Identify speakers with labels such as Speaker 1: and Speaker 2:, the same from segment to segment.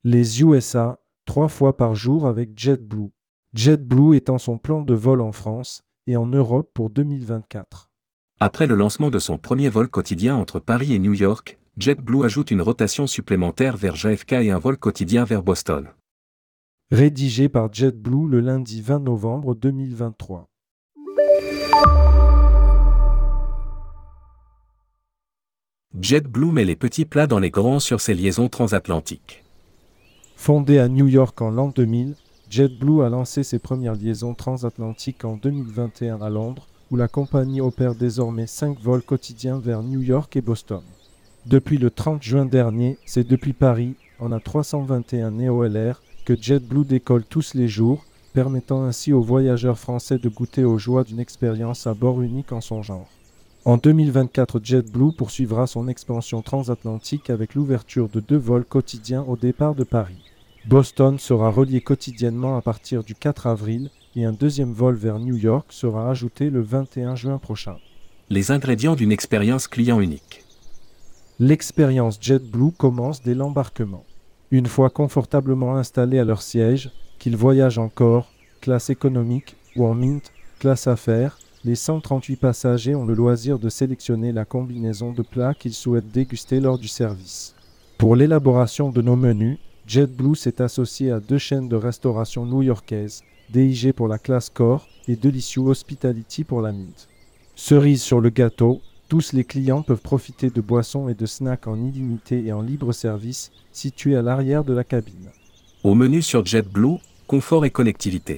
Speaker 1: Les USA, 3 fois par jour avec JetBlue. JetBlue étend son plan de vol en France et en Europe pour 2024.
Speaker 2: Après le lancement de son premier vol quotidien entre Paris et New York, JetBlue ajoute une rotation supplémentaire vers JFK et un vol quotidien vers Boston.
Speaker 1: Rédigé par JetBlue le lundi 20 novembre 2023.
Speaker 2: JetBlue met les petits plats dans les grands sur ses liaisons transatlantiques.
Speaker 1: Fondé à New York en l'an 2000, JetBlue a lancé ses premières liaisons transatlantiques en 2021 à Londres, où la compagnie opère désormais 5 vols quotidiens vers New York et Boston. Depuis le 30 juin dernier, c'est depuis Paris, en A321 NEO-LR, que JetBlue décolle tous les jours, permettant ainsi aux voyageurs français de goûter aux joies d'une expérience à bord unique en son genre. En 2024, JetBlue poursuivra son expansion transatlantique avec l'ouverture de 2 vols quotidiens au départ de Paris. Boston sera relié quotidiennement à partir du 4 avril et un deuxième vol vers New York sera ajouté le 21 juin prochain.
Speaker 2: Les ingrédients d'une expérience client unique.
Speaker 1: L'expérience JetBlue commence dès l'embarquement. Une fois confortablement installés à leur siège, qu'ils voyagent en corps, classe économique ou en Mint, classe affaires, les 138 passagers ont le loisir de sélectionner la combinaison de plats qu'ils souhaitent déguster lors du service. Pour l'élaboration de nos menus, JetBlue s'est associé à 2 chaînes de restauration new-yorkaises, DIG pour la classe corps et Delicious Hospitality pour la Mint. Cerise sur le gâteau, tous les clients peuvent profiter de boissons et de snacks en illimité et en libre service, situés à l'arrière de la cabine.
Speaker 2: Au menu sur JetBlue, confort et connectivité.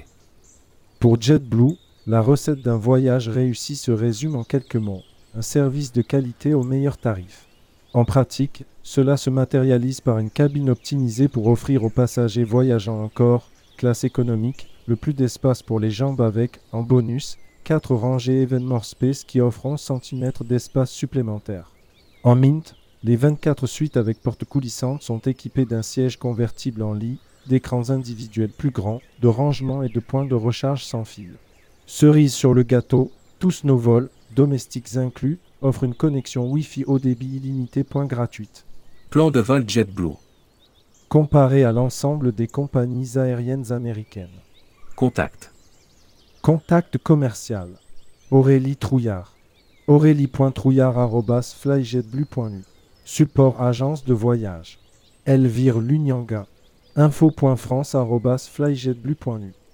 Speaker 1: Pour JetBlue, la recette d'un voyage réussi se résume en quelques mots. Un service de qualité au meilleur tarif. En pratique, cela se matérialise par une cabine optimisée pour offrir aux passagers voyageant en corps, classe économique, le plus d'espace pour les jambes avec, en bonus, 4 rangées Evenmore Space qui offrent 11 cm d'espace supplémentaire. En Mint, les 24 suites avec porte coulissante sont équipées d'un siège convertible en lit, d'écrans individuels plus grands, de rangements et de points de recharge sans fil. Cerise sur le gâteau, tous nos vols, domestiques inclus, offrent une connexion Wi-Fi haut débit illimité gratuite.
Speaker 2: Plan de vol JetBlue.
Speaker 1: Comparé à l'ensemble des compagnies aériennes américaines.
Speaker 2: Contact.
Speaker 1: Contact commercial. Aurélie Trouillard. aurélie.trouillard@flyjetblue.nu. Support agence de voyage. Elvire Lunyanga. info.france@flyjetblue.nu.